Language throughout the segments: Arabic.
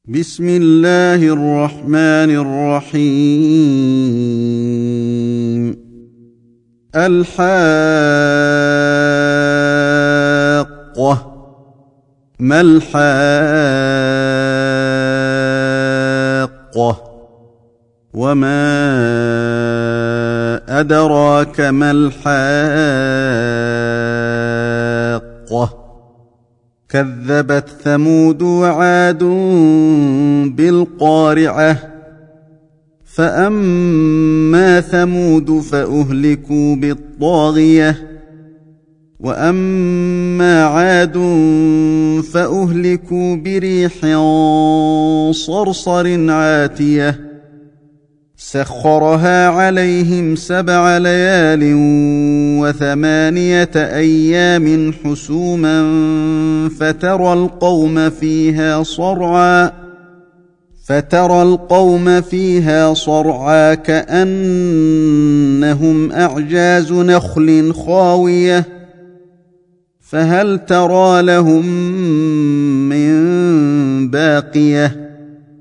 بسم الله الرحمن الرحيم. الحاقة. ما الحاقة؟ وما أدراك ما الحاقة؟ كذبت ثمود وعاد بالقارعة. فأما ثمود فأهلكوا بالطاغية، وأما عاد فأهلكوا بريح صرصر عاتية سخرها عليهم 7 ليال و8 أيام حسوما فترى القوم فيها صرعى كأنهم أعجاز نخل خاوية فهل ترى لهم من باقية.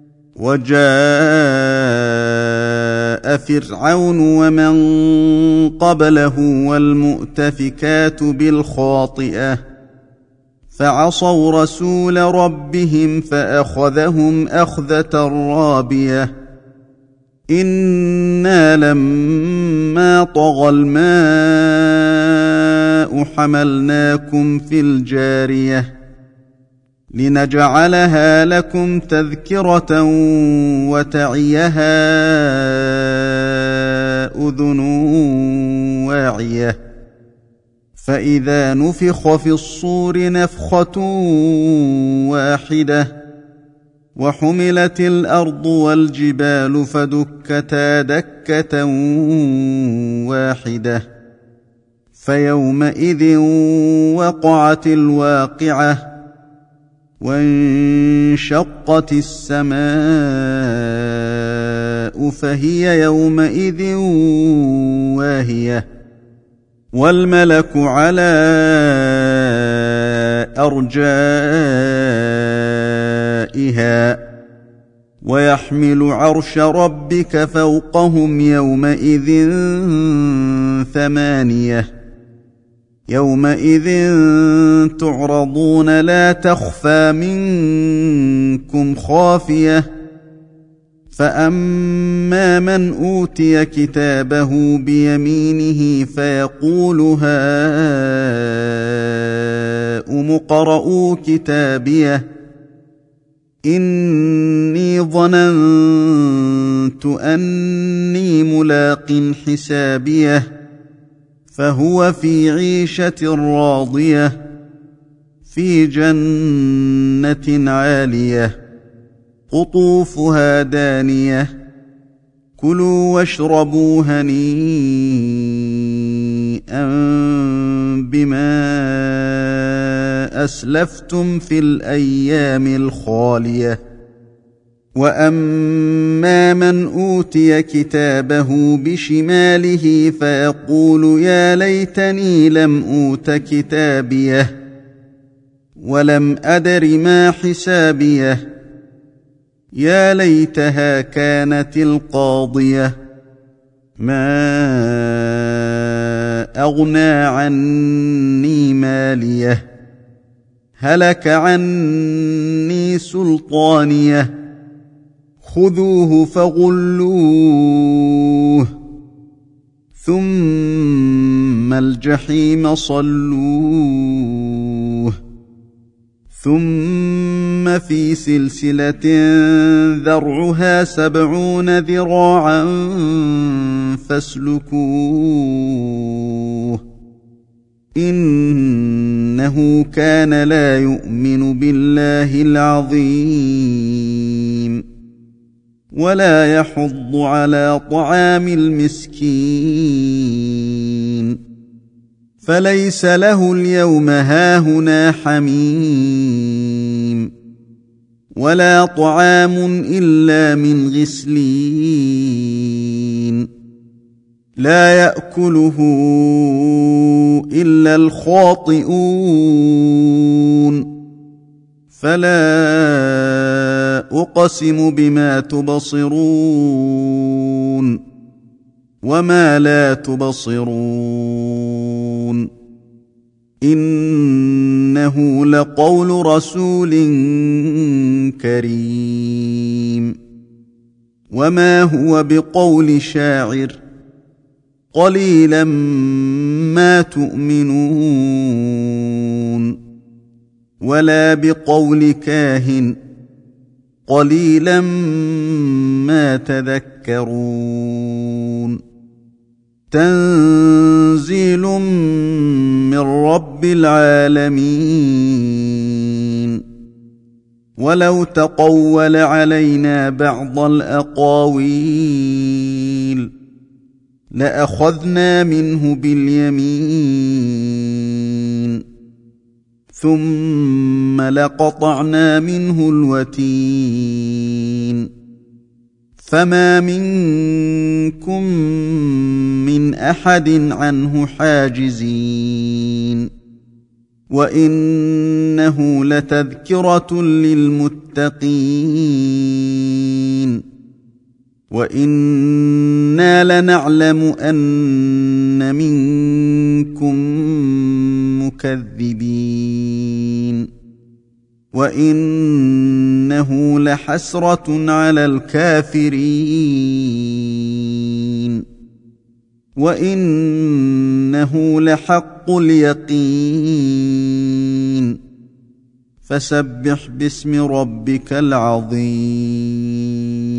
وجاء فرعون ومن قبله والمؤتفكات بالخاطئة فعصوا رسول ربهم فأخذهم أخذة رابية. إنا لما طغى الماء حملناكم في الجارية لنجعلها لكم تذكرة وتعيها أذن واعية. فإذا نفخ في الصور نفخة واحدة وحملت الأرض والجبال فدكتا دكة واحدة فيومئذ وقعت الواقعة وانشقت السماء فهي يومئذ واهية والملك على أرجائها ويحمل عرش ربك فوقهم يومئذ 8 يومئذ تعرضون لا تخفى منكم خافية. فأما من أوتي كتابه بيمينه فيقول هاؤم اقرءوا كتابيه إني ظننت أني ملاق حسابيه فهو في عيشة راضية في جنة عالية قطوفها دانية كلوا واشربوا هنيئا بما أسلفتم في الأيام الخالية. وأما من أوتي كتابه بشماله فيقول يا ليتني لم أوت كتابيه ولم أدر ما حسابيه يا ليتها كانت القاضية ما أغنى عني ماليه هلك عني سلطانيه خذوه فغلوه ثم الجحيم صلوه ثم في سلسلة ذرعها 70 ذراعا فاسلكوه إنه كان لا يؤمن بالله العظيم ولا يحض على طعام المسكين فليس له اليوم هاهنا حميم ولا طعام إلا من غسلين لا يأكله إلا الخاطئون فلا أقسم بما تبصرون وما لا تبصرون إنه لقول رسول كريم وما هو بقول شاعر قليلا ما تؤمنون ولا بقول كاهن قليلا ما تذكرون تنزيل من رب العالمين ولو تقول علينا بعض الأقاويل لأخذنا منه باليمين ثم لقطعنا منه الوتين فما منكم من أحد عنه حاجزين وإنه لتذكرة للمتقين وإنا لنعلم أن منكم مكذبين وإنه لحسرة على الكافرين وإنه لحق اليقين فسبح باسم ربك العظيم